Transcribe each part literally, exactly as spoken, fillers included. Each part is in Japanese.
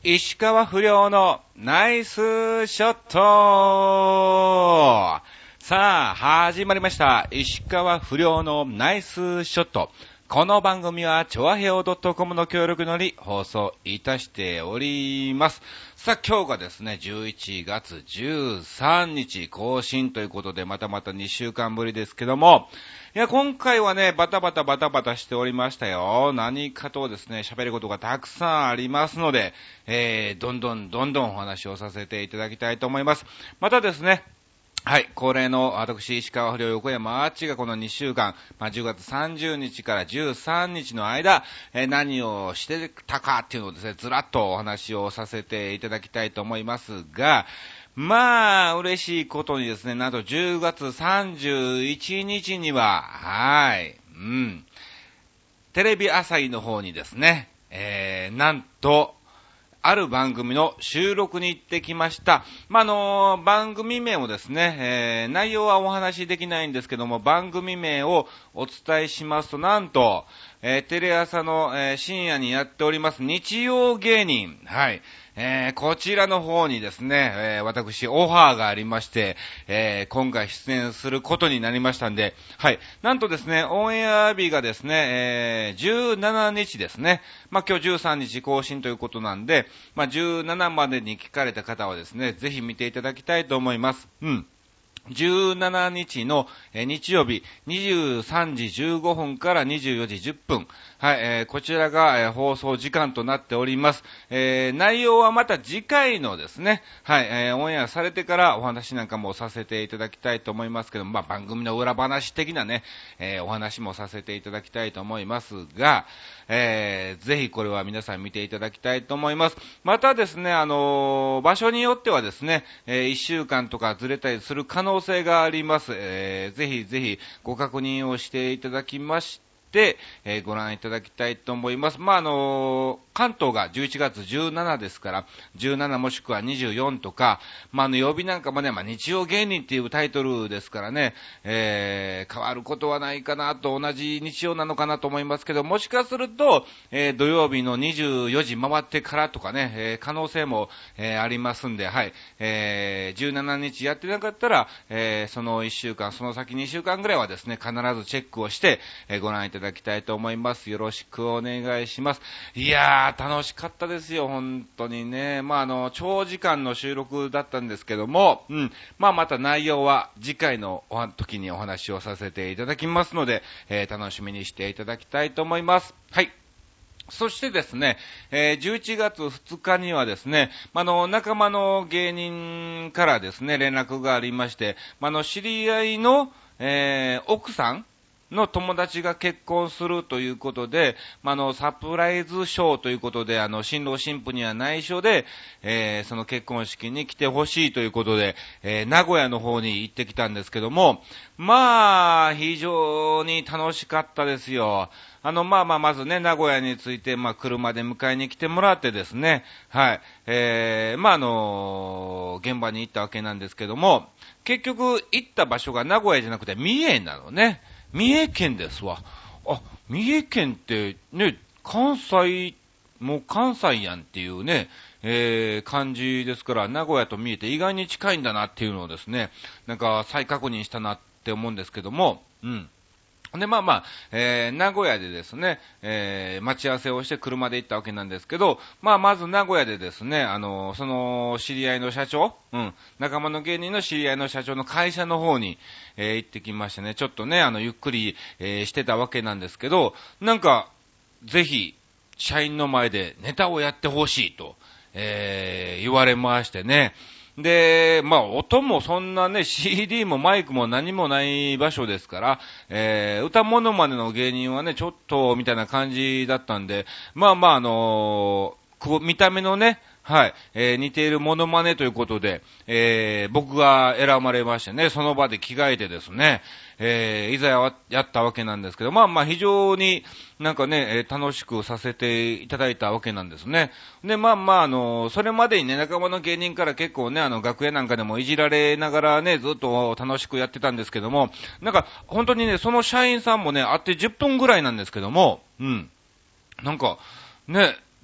石川不良のナイスショット。さあ、始まりました。石川不良のナイスショット。この番組は、チョアヘオ .com の協力により放送いたしております。さあ、今日がですね、じゅういちがつじゅうさんにち更新ということで、またまたにしゅうかんぶりですけども、いや、今回はね、バタバタバタバタしておりましたよ。何かとですね、喋ることがたくさんありますので、えー、どんどんどんどんお話をさせていただきたいと思います。またですね、はい。恒例の私、石川不良横山アーチがこのにしゅうかん、まあ、じゅうがつさんじゅうにちからじゅうさんにちの間、えー、何をしてたかっていうのをですね、ずらっとお話をさせていただきたいと思いますが、まあ、嬉しいことにですね、なんとじゅうがつさんじゅういちにちには、はい、うん、テレビ朝日の方にですね、えー、なんと、ある番組の収録に行ってきました。まあ、あのー、番組名をですね、えー、内容はお話しできないんですけども、番組名をお伝えしますと、なんと、えー、テレ朝の、えー、深夜にやっております日曜芸人、はい、えー、こちらの方にですね、えー、私オファーがありまして、えー、今回出演することになりましたんで、はい、なんとですね、オンエア日がですね、えー、じゅうしちにちですね、まあ、今日じゅうさんにち更新ということなんで、まあ、じゅうしちまでに聞かれた方はですね、ぜひ見ていただきたいと思います。うん。じゅうしちにちの、えー、日曜日にじゅうさんじじゅうごふんからにじゅうよじじゅっぷん。はい、えー、こちらが、えー、放送時間となっております。えー、内容はまた次回のですね、はい、えー、オンエアされてからお話なんかもさせていただきたいと思いますけども、まあ、番組の裏話的なね、えー、お話もさせていただきたいと思いますが、えー、ぜひこれは皆さん見ていただきたいと思います。またですね、あのー、場所によってはですね、えー、いっしゅうかんとかずれたりする可能性があります。えー、ぜひぜひご確認をしていただきまして、えー、ご覧いただきたいと思います。まあ、あのー、関東がじゅういちがつじゅうしちですから、じゅうしちもしくはにじゅうよんとか、まあ、あの、曜日なんかもね、まあ、日曜芸人っていうタイトルですからね、えー、変わることはないかなと、同じ日曜なのかなと思いますけど、もしかすると、えー、土曜日のにじゅうよじ回ってからとかね、えー、可能性も、えー、ありますんで、はい、えー、じゅうしちにちやってなかったら、えー、そのいっしゅうかん、その先にしゅうかんぐらいはですね、必ずチェックをして、えー、ご覧いただきたいと思います。よろしくお願いします。いやー、楽しかったですよ、本当にね。まあ、あの、長時間の収録だったんですけども、うん、まあ、また内容は次回の時にお話をさせていただきますので、えー、楽しみにしていただきたいと思います。はい。そしてですね、えー、じゅういちがつふつかにはですね、あの、仲間の芸人からですね、連絡がありまして、あの、知り合いの、えー、奥さんの友達が結婚するということで、あの、サプライズショーということで、あの、新郎新婦には内緒で、えー、その結婚式に来てほしいということで、えー、名古屋の方に行ってきたんですけども、まあ、非常に楽しかったですよ。あの、まあまあ、まずね、名古屋に着いて、まあ、車で迎えに来てもらってですね、はい、えー、まあ、あのー、現場に行ったわけなんですけども、結局、行った場所が名古屋じゃなくて、三重なのね。三重県ですわ。あ、三重県ってね、関西、もう関西やんっていうね、えー、感じですから、名古屋と三重って意外に近いんだなっていうのをですね、なんか再確認したなって思うんですけども、うん。で、まあまあ、えー、名古屋でですね、えー、待ち合わせをして車で行ったわけなんですけど、まあまず名古屋でですね、あの、その、知り合いの社長、うん、仲間の芸人の知り合いの社長の会社の方に、えー、行ってきましてね、ちょっとね、あの、ゆっくり、えー、してたわけなんですけど、なんか、ぜひ、社員の前でネタをやってほしいと、えー、言われましてね、で、まあ、音もそんなね、シーディー もマイクも何もない場所ですから、えー、歌モノマネの芸人はね、ちょっと、みたいな感じだったんで、まあまあ、あのー、こう、見た目のね、はい、えー、似ているモノマネということで、えー、僕が選ばれましてね、その場で着替えてですね、えー、いざや、やったわけなんですけど、まあまあ非常になんかね、えー、楽しくさせていただいたわけなんですね。で、まあまああの、それまでにね、仲間の芸人から結構ね、あの、楽屋なんかでもいじられながらね、ずっと楽しくやってたんですけども、なんか本当にね、その社員さんもね、会ってじゅっぷんぐらいなんですけども、うん。なんか、ね、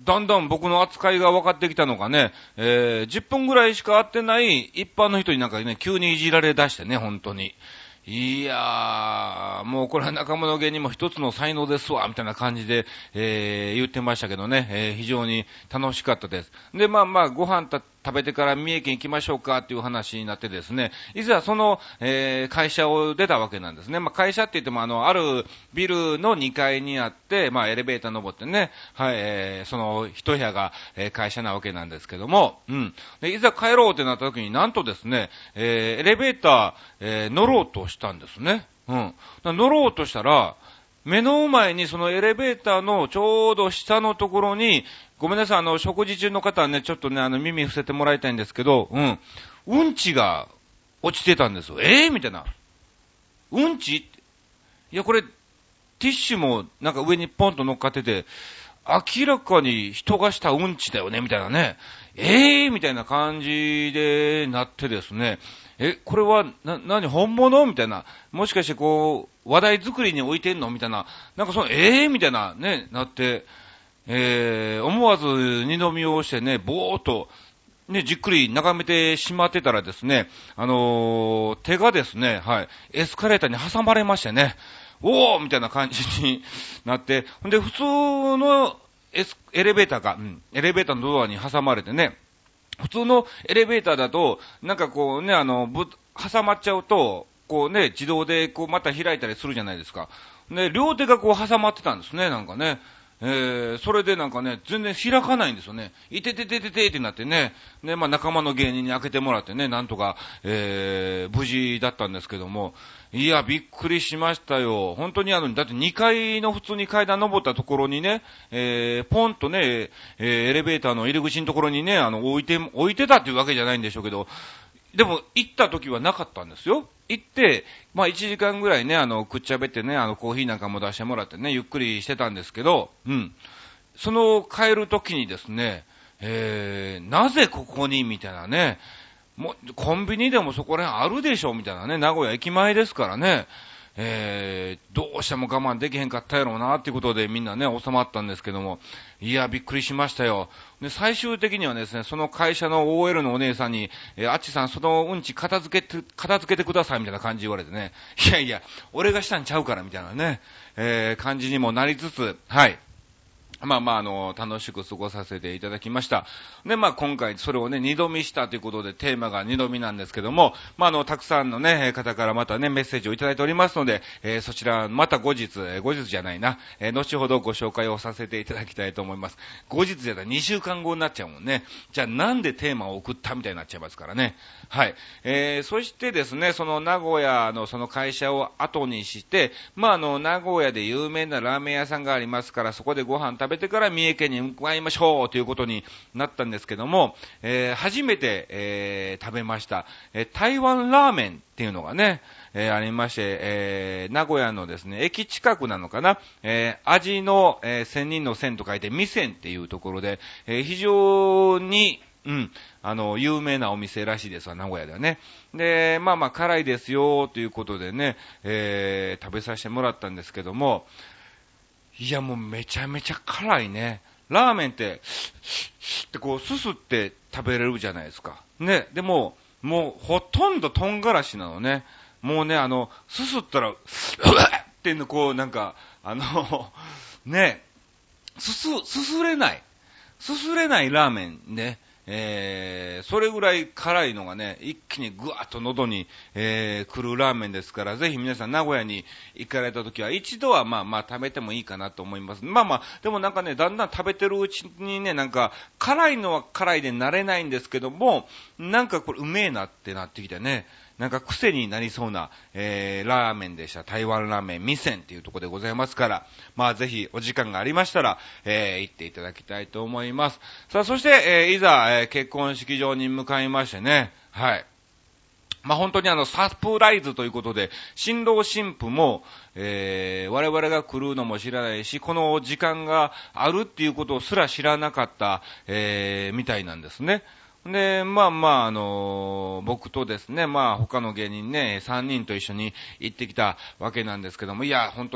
だんだん僕の扱いが分かってきたのがね、えー、じゅっぷんぐらいしか会ってない一般の人になんかね、急にいじられ出してね、本当に。いやー、もうこれは仲間の芸人も一つの才能ですわ、みたいな感じで、えー、言ってましたけどね、えー、非常に楽しかったです。で、まあまあ、ご飯た食べてから三重県行きましょうかっていう話になってですね、いざその、えー、会社を出たわけなんですね。まあ会社って言ってもあの、あるビルのにかいにあって、まあエレベーター登ってね、はい、えー、その一部屋が、えー、会社なわけなんですけども、うん。で、いざ帰ろうってなった時になんとですね、えー、エレベーター、えー、乗ろうとしたんですね。うん。乗ろうとしたら、目の前にそのエレベーターのちょうど下のところに、ごめんなさい、あの、食事中の方はね、ちょっとね、あの、耳伏せてもらいたいんですけど、うん。うんちが落ちてたんですよ。えーみたいな。うんちいや、これ、ティッシュもなんか上にポンと乗っかってて、明らかに人がしたうんちだよね、みたいなね。えーみたいな感じでなってですね。え、これは、な、なに、本物みたいな。もしかしてこう、話題作りに置いてんのみたいな。なんかその、えーみたいな、ね、なって、えー、思わず二度見をしてね、ぼーっと、ね、じっくり眺めてしまってたらですね、あのー、手がですね、はい、エスカレーターに挟まれましてね、おーみたいな感じになって、ほんで、普通のエス、エレベーターが、うん、エレベーターのドアに挟まれてね、普通のエレベーターだと、なんかこうね、あの、ぶ、挟まっちゃうと、こうね、自動でこうまた開いたりするじゃないですか。で、両手がこう挟まってたんですね、なんかね。えー、それでなんかね、全然開かないんですよね。いてててててってなってね。で、まあ仲間の芸人に開けてもらってね、なんとか、えー、無事だったんですけども。いや、びっくりしましたよ。本当にあの、だってにかいの普通に階段登ったところにね、えー、ポンとね、えー、エレベーターの入り口のところにね、あの、置いて、置いてたっていうわけじゃないんでしょうけど、でも、行った時はなかったんですよ。行って、まあいちじかんぐらいね、あの、くっちゃべってね、あの、コーヒーなんかも出してもらってね、ゆっくりしてたんですけど、うん。その帰る時にですね、えー、なぜここにみたいなね、もう、コンビニでもそこら辺あるでしょみたいなね、名古屋駅前ですからね、えー、どうしても我慢できへんかったやろうなっていうことでみんなね、収まったんですけども、いや、びっくりしましたよ。で、最終的にはですね、その会社の オーエル のお姉さんに、えー、あっちさん、そのうんち片付けて、片付けてくださいみたいな感じ言われてね、いやいや、俺がしたんちゃうからみたいなね、えー、感じにもなりつつ、はい。まあまあ、あの、楽しく過ごさせていただきました。で、まあ今回それをね、二度見したということでテーマが二度見なんですけども、まああの、たくさんのね、方からまたね、メッセージをいただいておりますので、えー、そちら、また後日、えー、後日じゃないな、えー、後ほどご紹介をさせていただきたいと思います。後日じゃったらにしゅうかんごになっちゃうもんね。じゃあなんでテーマを送ったみたいになっちゃいますからね。はい。えー、そしてですね、その名古屋のその会社を後にして、まああの、名古屋で有名なラーメン屋さんがありますから、そこでご飯食べてから三重県に向かいましょうということになったんですけども、えー、初めて、えー、食べました、えー、台湾ラーメンっていうのがね、えー、ありまして、えー、名古屋のですね、駅近くなのかな、えー、味の、えー、千人の千と書いて、味仙っていうところで、えー、非常に、うん、あの、有名なお店らしいですわ、名古屋ではね。で、まあまあ、辛いですよ、ということでね、えー、食べさせてもらったんですけども、いや、もうめちゃめちゃ辛いね。ラーメンって、ってこう、すすって食べれるじゃないですか。ね。でも、もう、ほとんど唐辛子なのね。もうね、あの、すすったら、うわっっていうの、こう、なんか、あの、ね、すす、すすれない。すすれないラーメンね。えー、それぐらい辛いのがね、一気にぐわっと喉に、えー、来るラーメンですから、ぜひ皆さん名古屋に行かれた時は一度はまあまあ食べてもいいかなと思います。まあまあ、でもなんかね、だんだん食べてるうちにね、なんか、辛いのは辛いで慣れないんですけども、なんかこれうめえなってなってきてね、なんか癖になりそうな、えー、ラーメンでした。台湾ラーメン、味仙っていうところでございますから、まあぜひお時間がありましたら、えー、行っていただきたいと思います。さあ、そして、えー、いざ、えー、結婚式場に向かいましてね、はい。まあ本当にあの、サプライズということで、新郎新婦も、えー、我々が来るのも知らないし、この時間があるっていうことすら知らなかった、えー、みたいなんですね。で、まあまあ、あのー、僕とですね、まあ他の芸人ね、さんにんと一緒に行ってきたわけなんですけども、いや、本当に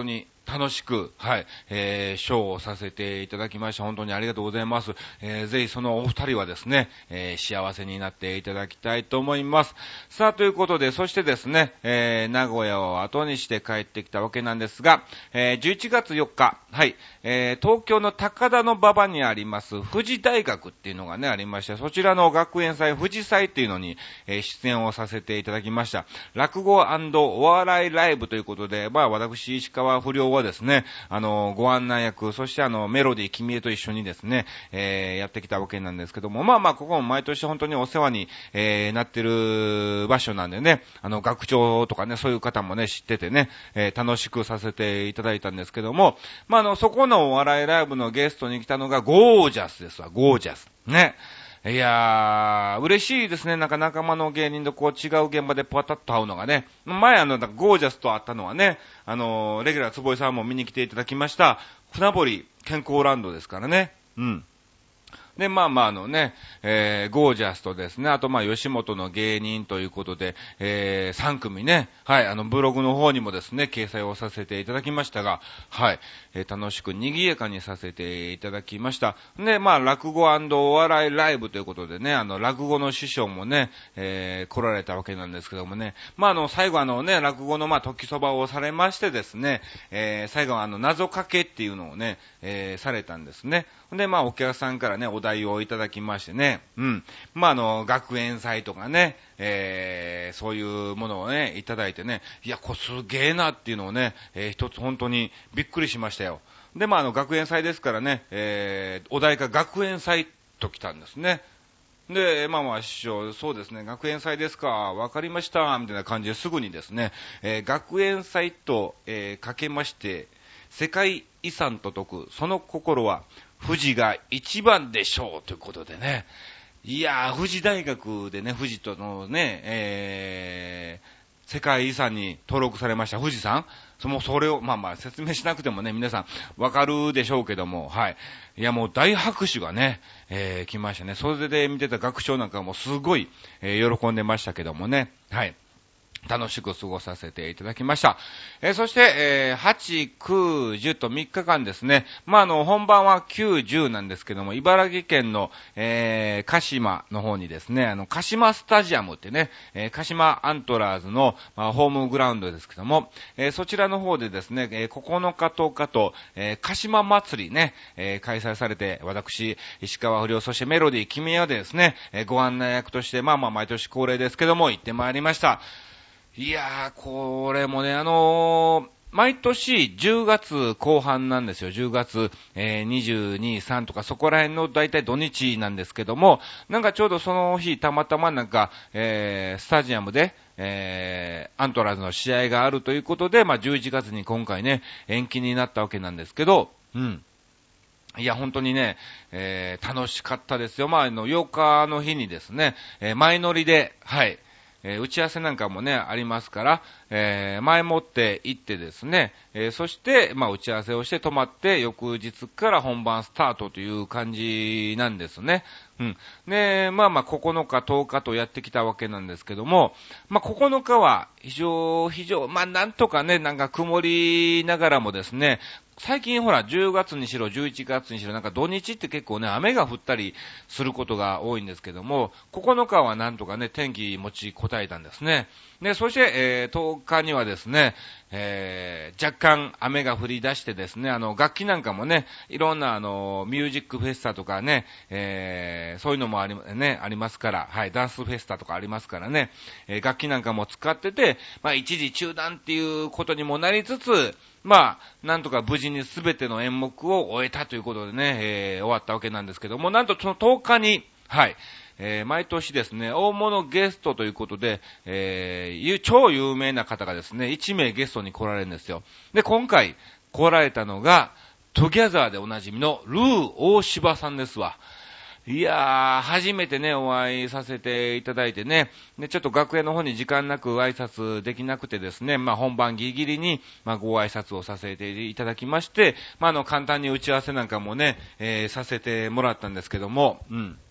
楽しく、はい、えー、ショーをさせていただきました。本当にありがとうございます。えー、ぜひそのお二人はですね、えー、幸せになっていただきたいと思います。さあ、ということで、そしてですね、えー、名古屋を後にして帰ってきたわけなんですが、えー、じゅういちがつよっか、はい、えー、東京の高田馬場にあります、富士大学っていうのがね、ありまして、そちらの学園祭、富士祭っていうのに、えー、出演をさせていただきました。落語&お笑いライブということで、まあ、私、石川不良はですね、あの、ご案内役、そしてあの、メロディー君へと一緒にですね、えー、やってきたわけなんですけども、まあまあ、ここも毎年本当にお世話に、えー、なってる場所なんでね、あの、学長とかね、そういう方もね、知っててね、えー、楽しくさせていただいたんですけども、まあ、あの、そこのお笑いライブのゲストに来たのが、ゴージャスですわ、ゴージャス。ね。いやー、嬉しいですね。なんか仲間の芸人とこう違う現場でパタッと会うのがね。前あの、ゴージャスと会ったのはね、あの、レギュラー坪井さんも見に来ていただきました、船堀健康ランドですからね。うん。で、まあまああのね、えー、ゴージャスとですね、あとまあ吉本の芸人ということで、えー、さん組ね、はい、あのブログの方にもですね、掲載をさせていただきましたが、はい、えー、楽しく賑やかにさせていただきました。で、まあ落語&お笑いライブということでね、あの落語の師匠もね、えー、来られたわけなんですけどもね、まああの最後あのね、落語のまあ時そばをされましてですね、えー、最後はあの謎かけっていうのをね、えー、されたんですね。で、まあお客さんからね、お題をいただきましてね、うん。まあ、あの、学園祭とかね、えー、そういうものをね、いただいてね、いや、これすげえなっていうのをね、えー、一つ本当にびっくりしましたよ。で、まあ、あの、学園祭ですからね、えー、お題が学園祭と来たんですね。で、まあまあ、師匠、そうですね、学園祭ですか、わかりました、みたいな感じですぐにですね、えー、学園祭と、えー、かけまして、世界遺産と解く、その心は、富士が一番でしょうということでね。いやー、富士大学でね、富士とのね、えー、世界遺産に登録されました富士山。その、それを、まあまあ説明しなくてもね、皆さんわかるでしょうけども、はい。いや、もう大拍手がね、えー、来ましたね。それで見てた学長なんかもすごい、えー、喜んでましたけどもね。はい。楽しく過ごさせていただきました。えー、そして、えー、はち、く、じゅうとみっかかんですね。まあ、あの、本番はきゅう、じゅうなんですけども、茨城県の、えー、鹿島の方にですね、あの、鹿島スタジアムってね、えー、鹿島アントラーズの、まあ、ホームグラウンドですけども、えー、そちらの方でですね、えー、ここのかとおかと、えー、鹿島祭りね、えー、開催されて、私、石川不良、そしてメロディー君へでですね、えー、ご案内役として、まあまあ、毎年恒例ですけども、行ってまいりました。いやー、これもね、あのー、毎年じゅうがつこう半なんですよ。じゅうがつ、えー、にじゅうに、さんとかそこら辺の大体土日なんですけども、なんかちょうどその日たまたまなんか、えー、スタジアムで、えー、アントラーズの試合があるということで、まあじゅういちがつに今回ね、延期になったわけなんですけど、うん。いや、本当にね、えー、楽しかったですよ。まあ、あの、ようかの日にですね、えー、前乗りで、はい、えー、打ち合わせなんかもね、ありますから、えー、前もって行ってですね、えー、そして、まあ、打ち合わせをして泊まって、翌日から本番スタートという感じなんですね。うん。で、まあまあ、ここのかとおかとやってきたわけなんですけども、まあ、ここのかは、非常、非常、まあ、なんとかね、なんか曇りながらもですね、最近ほら、じゅうがつにしろ、じゅういちがつにしろ、なんか土日って結構ね、雨が降ったりすることが多いんですけども、ここのかはなんとかね、天気持ちこたえたんですね。で、そして、えー、とおかにはですね、えー、若干雨が降り出してですね、あの、楽器なんかもね、いろんなあの、ミュージックフェスタとかね、えー、そういうのもあり、ね、ありますから、はい、ダンスフェスタとかありますからね、えー、楽器なんかも使ってて、まあ、一時中断っていうことにもなりつつ、まあ、なんとか無事に全ての演目を終えたということでね、えー、終わったわけなんですけども、なんとそのとおかに、はい、えー、毎年ですね、大物ゲストということで、えー、超有名な方がですね、いちめいゲストに来られるんですよ。で、今回来られたのが、トギャザーでおなじみのルー大柴さんですわ。いやー、初めてね、お会いさせていただいてね、で、ちょっと楽屋の方に時間なく挨拶できなくてですね、まあ本番ギリギリに、まあご挨拶をさせていただきまして、まああの簡単に打ち合わせなんかもね、えー、させてもらったんですけども、うん。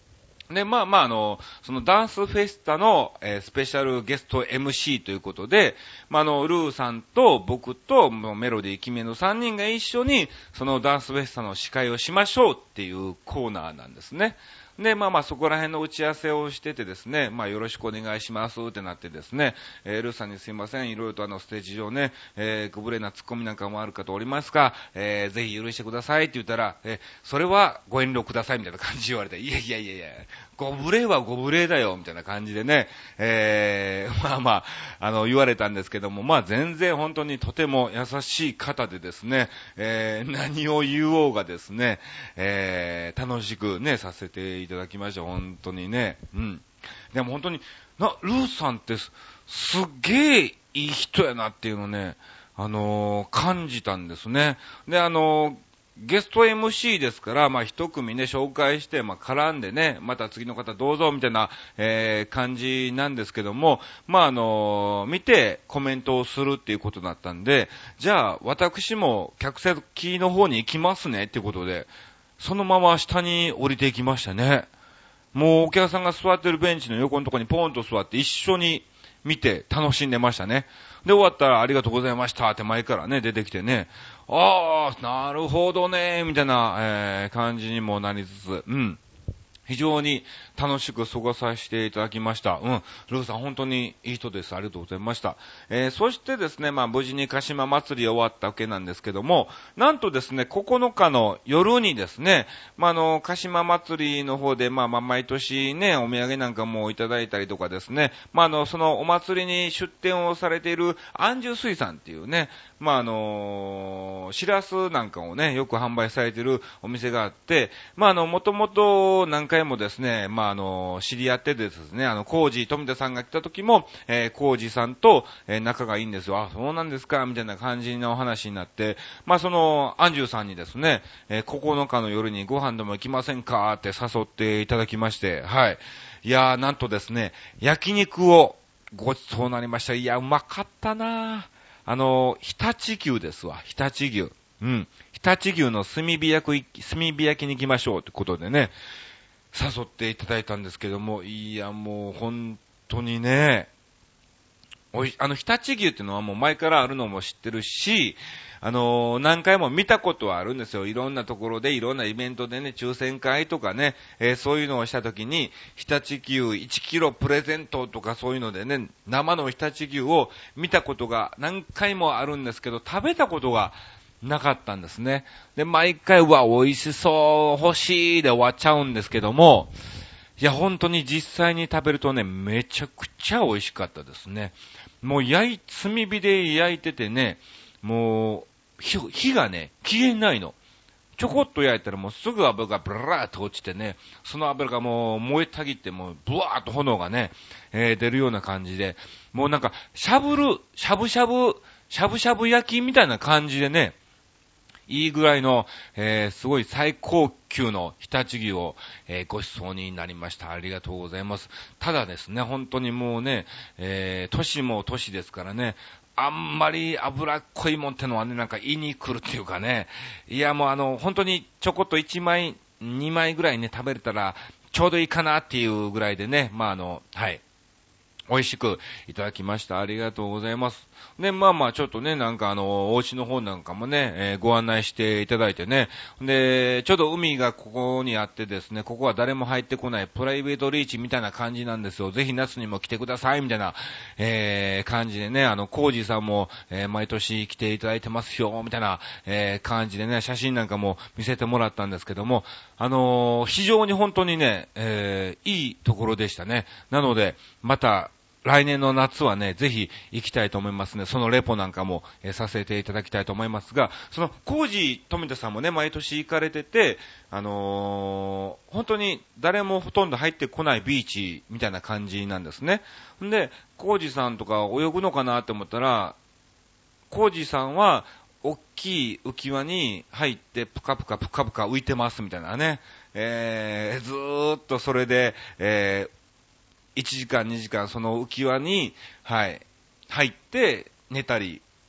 で、まあまあ、あの、そのダンスフェスタの、えースペシャルゲスト エムシー ということで、まあ、あの、ルーさんと僕ともうメロディー君のさんにんが一緒に、そのダンスフェスタの司会をしましょうっていうコーナーなんですね。で、まあまあ、そこら辺の打ち合わせをしててですね、まあ、よろしくお願いしますってなってですね、えールーさんにすいません、いろいろとあの、ステージ上ね、えー、ご無礼なツッコミなんかもあるかとおりますが、えー、ぜひ許してくださいって言ったら、えー、それはご遠慮くださいみたいな感じで言われて、いやいやいやいや、ご無礼はご無礼だよみたいな感じでね、えー、まあまあ、あの、言われたんですけども、まあ全然本当にとても優しい方でですね、えー、何を言おうがですね、えー、楽しくね、させていただきました。本当にね。うん。でも本当に、な、ルーさんってす、すっげえいい人やなっていうのね、あのー感じたんですね。で、あのーゲスト エムシー ですから、まあ一組ね、紹介して、まあ絡んでね、また次の方どうぞ、みたいな、えー、感じなんですけども、まああのー見てコメントをするっていうことだったんで、じゃあ私も客席の方に行きますねっていうことで、そのまま下に降りていきましたね。もうお客さんが座ってるベンチの横のところにポーンと座って一緒に見て楽しんでましたね。で、終わったらありがとうございましたって前からね、出てきてね、ああ、なるほどね、みたいな、えー、感じにもなりつつ、うん。非常に楽しく過ごさせていただきました。うん。ルーさん本当にいい人です。ありがとうございました。えー、そしてですね、まあ無事に鹿島祭り終わったわけなんですけども、なんとですね、ここのかの夜にですね、まああの、鹿島祭りの方で、まあまあ毎年ね、お土産なんかもいただいたりとかですね、まああの、そのお祭りに出店をされている安住水産っていうね、まああの、しらすなんかをね、よく販売されているお店があって、まああの、もともと何回もですね、まああの、知り合ってですね、あの、コージー富田さんが来た時も、えー、コージーさんと、えー、仲がいいんですよ。あ、そうなんですか、みたいな感じのお話になって、まあその、安住さんにですね、えー、ここのかの夜にご飯でも行きませんかって誘っていただきまして、はい。いやー、なんとですね、焼肉をごちそうになりました。いや、うまかったなー。あの、常陸牛ですわ。常陸牛。うん。常陸牛の炭火焼き、炭火焼きに行きましょうってことでね、誘っていただいたんですけども、いや、もう本当にね、おい、あの、常陸牛っていうのはもう前からあるのも知ってるし、あのー何回も見たことはあるんですよ。いろんなところで、いろんなイベントでね、抽選会とかね、えーそういうのをしたときに、常陸牛いちキロプレゼントとかそういうのでね、生の常陸牛を見たことが何回もあるんですけど、食べたことがなかったんですね。で、毎回、うわ、美味しそう、欲しいで終わっちゃうんですけども、いや、本当に実際に食べるとね、めちゃくちゃ美味しかったですね。もう焼い、炭火で焼いててね、もう、火、火がね、消えないの。ちょこっと焼いたらもうすぐ油がブラーっと落ちてね、その油がもう燃えたぎってもうブワーっと炎がね、えー、出るような感じで、もうなんか、しゃぶる、しゃぶしゃぶ、しゃぶしゃぶ焼きみたいな感じでね、いいぐらいの、えー、すごい最高級の常陸牛を、えー、ご馳走になりました。ありがとうございます。ただですね、本当にもうね、えー、年も年ですからね、あんまり脂っこいもんってのはね、なんか胃に来るっていうかね、いやもうあの、本当にちょこっといちまい、にまいぐらいね、食べれたら、ちょうどいいかなっていうぐらいでね、まああの、はい。美味しくいただきました。ありがとうございます。で、まあまあちょっとね、なんかあの、お家の方なんかもね、えーご案内していただいてね。で、ちょうど海がここにあってですね、ここは誰も入ってこないプライベートリーチみたいな感じなんですよ。ぜひ夏にも来てください、みたいな、えー、感じでね、あの、コージーさんも、えー毎年来ていただいてますよ、みたいな、えー、感じでね、写真なんかも見せてもらったんですけども、あのー非常に本当にね、えー、いいところでしたね。なので、また、来年の夏はね、ぜひ行きたいと思いますね。そのレポなんかも、えーさせていただきたいと思いますが、その、コージー富田さんもね、毎年行かれてて、あのー本当に誰もほとんど入ってこないビーチみたいな感じなんですね。んで、コージーさんとか泳ぐのかなって思ったら、コージーさんは、大きい浮き輪に入って、ぷかぷかぷかぷか浮いてますみたいなね。えー、ずーっとそれで、えー、いちじかんにじかんその浮き輪に、はい、入って寝たり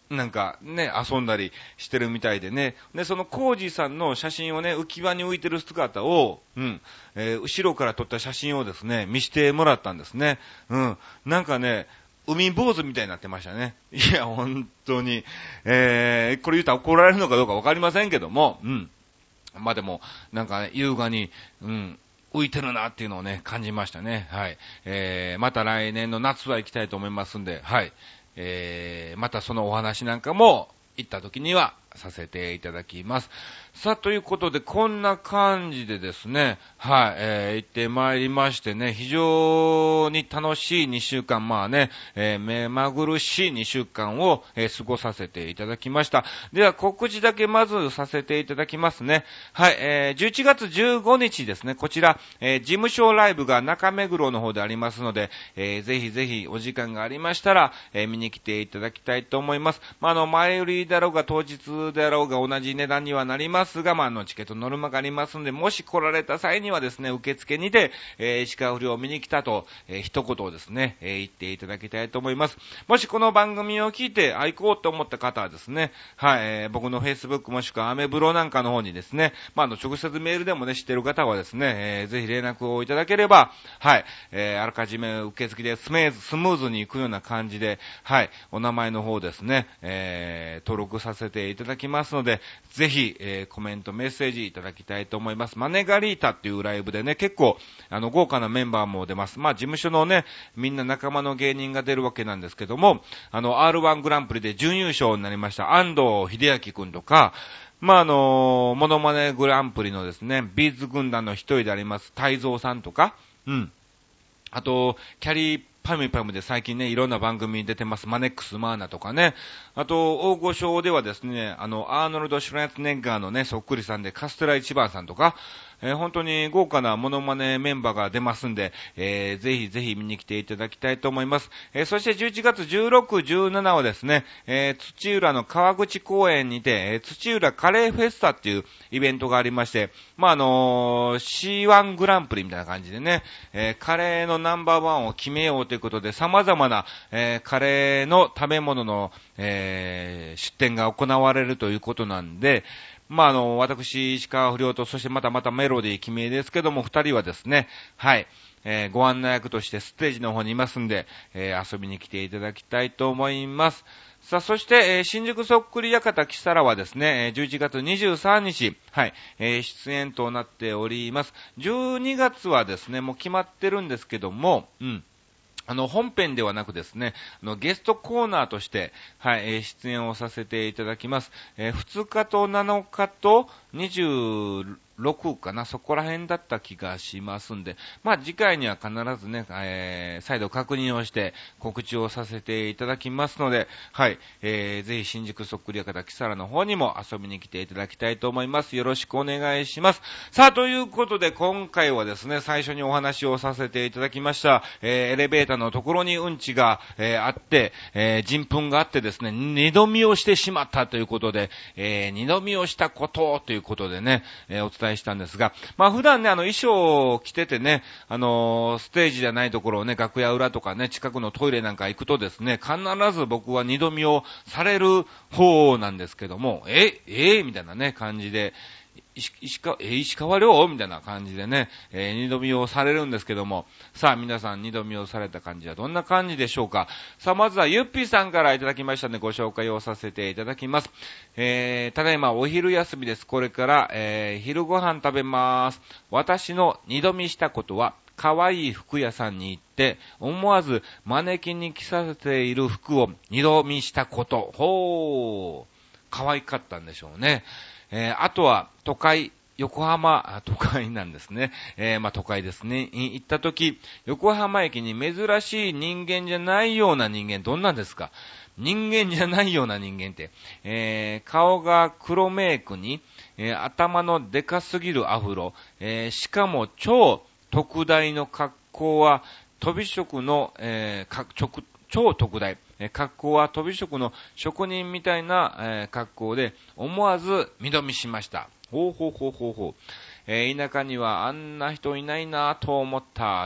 なんかね、遊んだりしてるみたいでね。で、そのコージーさんの写真をね、浮き輪に浮いてる姿を、うん、えー、後ろから撮った写真をですね、見してもらったんですね。うん。なんかね、海坊主みたいになってましたね。いや、本当に。えー、これ言ったら怒られるのかどうかわかりませんけども、うん。まあでも、なんかね、優雅に、うん、浮いてるなっていうのをね、感じましたね。はい。えー、また来年の夏は行きたいと思いますんで、はい。えー、またそのお話なんかも行った時にはさせていただきます。さあ、ということで、こんな感じでですね、はい、えー、行ってまいりましてね、非常に楽しいにしゅうかん、まあね、えー、目まぐるしいにしゅうかんを、えー、過ごさせていただきました。では、告知だけまずさせていただきますね。はい、えー、じゅういちがつじゅうごにちですね、こちら、えー、事務所ライブが中目黒の方でありますので、えー、ぜひぜひお時間がありましたら、えー、見に来ていただきたいと思います。まあ、あの、前売りだろうが当日であろうが同じ値段にはなりますが、まあ、あの、チケットノルマがありますので、もし来られた際にはですね、受付にて、えー、石川不良を見に来たと、えー、一言をですね、えー、言っていただきたいと思います。もしこの番組を聞いて、あ、行こうと思った方はですね、はい、えー、僕の Facebook もしくはアメブロなんかの方にですね、まあ、あの、直接メールでもね、知ってる方はですね、えー、ぜひ連絡をいただければ、はい、えー、あらかじめ受付でスムーズ、スムーズに行くような感じで、はい、お名前の方ですね、えー、登録させていただきますので、ぜひ、えー、コメント、メッセージいただきたいと思います。マネガリータっていうライブでね、結構、あの、豪華なメンバーも出ます。まあ、事務所のね、みんな仲間の芸人が出るわけなんですけども、あの、アールワン グランプリで準優勝になりました、安藤秀明くんとか、まあ、あの、モノマネグランプリのですね、ビーズ軍団の一人であります、泰造さんとか、うん。あと、キャリーパミュパムで最近ね、いろんな番組に出てます。マネックスマーナとかね。あと、大御所ではですね、あの、アーノルド・シュランツネッガーのね、そっくりさんでカステラ一番さんとか、えー、本当に豪華なモノマネメンバーが出ますんで、えー、ぜひぜひ見に来ていただきたいと思います。えー、そしてじゅういちがつじゅうろく、じゅうしちはですね、えー、土浦の川口公園にて、えー、土浦カレーフェスタっていうイベントがありまして、まあ、あのー、シーワン グランプリみたいな感じでね、えー、カレーのナンバーワンを決めようということで、様々な、えー、カレーの食べ物の、えー、出店が行われるということなんで、まあ、あの、私、石川不良と、そしてまたまたメロディー君江ですけども、二人はですね、はい、えー、ご案内役としてステージの方にいますんで、えー、遊びに来ていただきたいと思います。さあ、そして、えー、新宿そっくり館キサラはですね、じゅういちがつにじゅうさんにち、はい、えー、出演となっております。じゅうにがつはですね、もう決まってるんですけども、うん。あの、本編ではなくですね、あの、ゲストコーナーとして、はい、えー、出演をさせていただきます。えー、ふつかとなのかとにじゅうろくかな、そこら辺だった気がしますんで、まあ、次回には必ずね、えー、再度確認をして告知をさせていただきますので、はい、えー、ぜひ新宿そっくり館キサラの方にも遊びに来ていただきたいと思います。よろしくお願いします。さあ、ということで今回はですね、最初にお話をさせていただきました、えー、エレベーターのところにうんちが、えー、あって、えー、人糞があってですね、二度見をしてしまったということで、えー、二度見をしたことということでね、えー、お伝えしたんですが、まあ普段ね、あの衣装を着ててね、あのー、ステージじゃないところをね、楽屋裏とかね、近くのトイレなんか行くとですね、必ず僕は二度見をされる方なんですけども、え、えー、みたいなね、感じで、石川、え、石川遼みたいな感じでね、えー、二度見をされるんですけども、さあ皆さん二度見をされた感じはどんな感じでしょうか。さあまずはゆっぴーさんからいただきましたのでご紹介をさせていただきます。えー、ただいまお昼休みです。これから、えー、昼ご飯食べます。私の二度見したことは、可愛い服屋さんに行って、思わずマネキンに着させている服を二度見したこと。ほー、可愛かったんでしょうね。えー、あとは、都会、横浜、都会なんですね。えー、まあ、都会ですね。行ったとき、横浜駅に珍しい人間じゃないような人間、どんなんですか？人間じゃないような人間って、えー、顔が黒メイクに、えー、頭のでかすぎるアフロ、えー、しかも超特大の格好は、飛び職の、えー、直超特大。格好は飛び職の職人みたいな、えー、格好で思わず二度見しました。ほうほうほうほうほう。えー、田舎にはあんな人いないなと思った。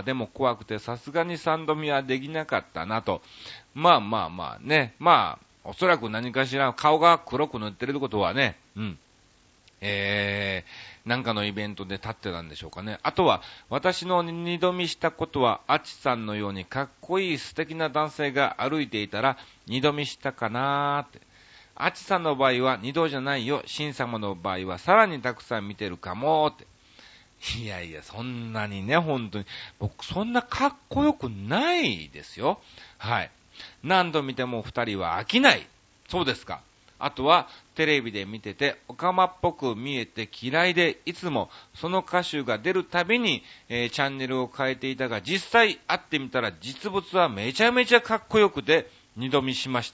でも怖くてさすがに三度見はできなかったなと。まあまあまあね。まあ、 おそらく何かしら顔が黒く塗ってることはね、うん。えー、なんかのイベントで立ってたんでしょうかね。あとは、私の二度見したことは、あちさんのようにかっこいい素敵な男性が歩いていたら、二度見したかなーって。あちさんの場合は二度じゃないよ。新様の場合はさらにたくさん見てるかもーって。いやいや、そんなにね、本当に。僕、そんなかっこよくないですよ。はい。何度見ても二人は飽きない。そうですか。あとは、テレビで見てて、オカマっぽく見えて嫌いで、いつもその歌手が出るたびに、えー、チャンネルを変えていたが、実際会ってみたら実物はめちゃめちゃかっこよくて、二度見しました。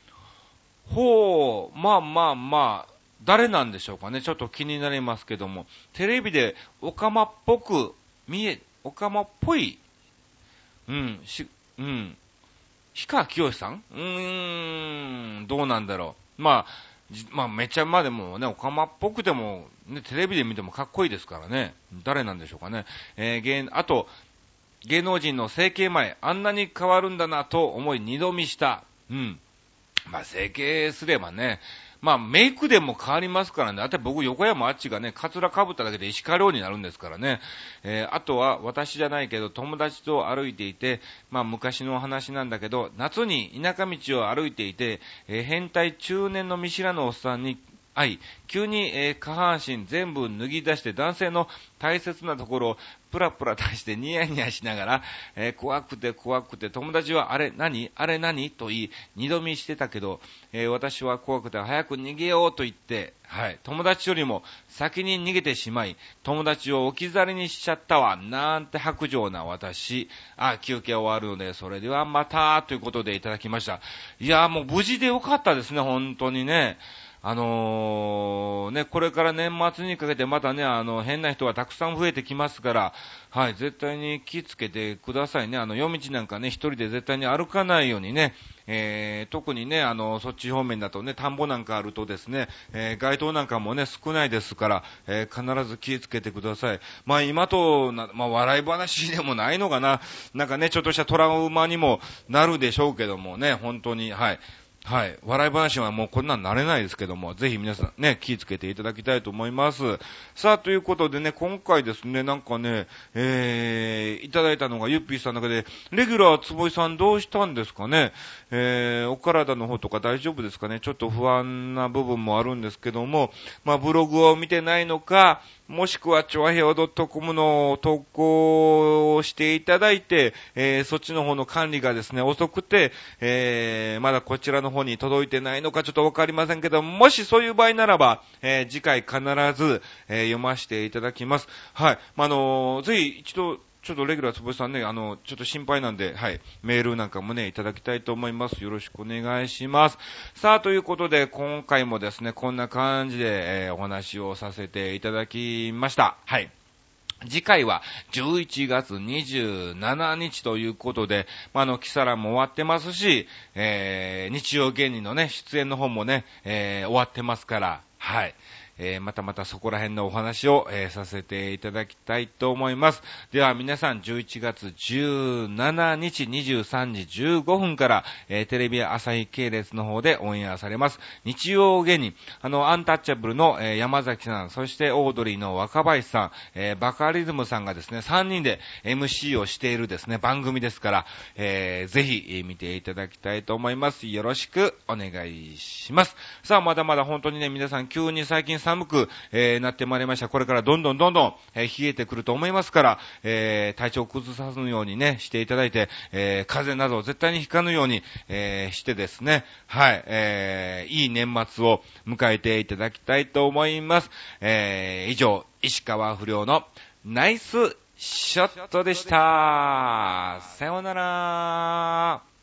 ほう、まあまあまあ、誰なんでしょうかね。ちょっと気になりますけども。テレビでオカマっぽく見え、オカマっぽい、うん、し、うん、氷川きよしさんうーん、どうなんだろう。まあ、まあ、めちゃまでもね、オカマっぽくても、ね、テレビで見てもかっこいいですからね。誰なんでしょうかね。えー、芸、あと、芸能人の整形前、あんなに変わるんだなと思い二度見した。うん。まあ、整形すればね、まあ、メイクでも変わりますからね。だって僕、横山あっちがね、カツラ被っただけで石川遼になるんですからね。えー、あとは、私じゃないけど、友達と歩いていて、まあ、昔の話なんだけど、夏に田舎道を歩いていて、えー、変態中年の見知らぬおっさんに、はい。急に、えー、下半身全部脱ぎ出して男性の大切なところをプラプラ出してニヤニヤしながら、えー、怖くて怖くて友達はあれ何あれ何と言い二度見してたけど、えー、私は怖くて早く逃げようと言って、はい。友達よりも先に逃げてしまい、友達を置き去りにしちゃったわ。なんて白状な私。あ、休憩終わるので、それではまたということでいただきました。いやーもう無事でよかったですね、本当にね。あのー、ね、これから年末にかけてまたね、あの、変な人がたくさん増えてきますから、はい、絶対に気をつけてくださいね。あの、夜道なんかね、一人で絶対に歩かないようにね、えー、特にね、あの、そっち方面だとね、田んぼなんかあるとですね、えー、街灯なんかもね、少ないですから、えー、必ず気をつけてください。まあ、今とな、まあ、笑い話でもないのかな。なんかね、ちょっとしたトラウマにもなるでしょうけどもね、本当に、はい。はい。笑い話はもうこんなんなれないですけども、ぜひ皆さんね、気をつけていただきたいと思います。さあ、ということでね、今回ですね、なんかね、えー、いただいたのがゆっぴーさんの中で、レギュラーつぼいさんどうしたんですかね。えー、お体の方とか大丈夫ですかね。ちょっと不安な部分もあるんですけども、まあ、ブログを見てないのか、もしくは、ちょわへお .com の投稿をしていただいて、えー、そっちの方の管理がですね、遅くて、えー、まだこちらの方に届いてないのかちょっとわかりませんけど、もしそういう場合ならば、えー、次回必ず、えー、読ませていただきます。はい。まあ、あのー、ぜひ一度、ちょっとレギュラーつぼさんね、あの、ちょっと心配なんで、はい、メールなんかもね、いただきたいと思います。よろしくお願いします。さあ、ということで、今回もですね、こんな感じで、えー、お話をさせていただきました。はい。次回はじゅういちがつにじゅうしちにちということで、まあ、あの、キサラも終わってますし、えー、日曜芸人のね、出演の方もね、えー、終わってますから、はい。えー、またまたそこら辺のお話を、えー、させていただきたいと思います。では皆さんじゅういちがつじゅうしちにちにじゅうさんじじゅうごふんから、えー、テレビ朝日系列の方でオンエアされます。日曜芸人、あの、アンタッチャブルの、えー、山崎さん、そしてオードリーの若林さん、えー、バカリズムさんがですね、さんにんで エムシー をしているですね、番組ですから、えー、ぜひ、えー、見ていただきたいと思います。よろしくお願いします。さあ、まだまだ本当にね、皆さん急に最近寒く、えー、なってまいりました。これからどんどんどんどん、えー、冷えてくると思いますから、えー、体調を崩さぬようにね、していただいて、えー、風邪など絶対にひかぬように、えー、してですね、はい、えー、いい年末を迎えていただきたいと思います。えー、以上、石川不良のナイスショットでした。さようなら。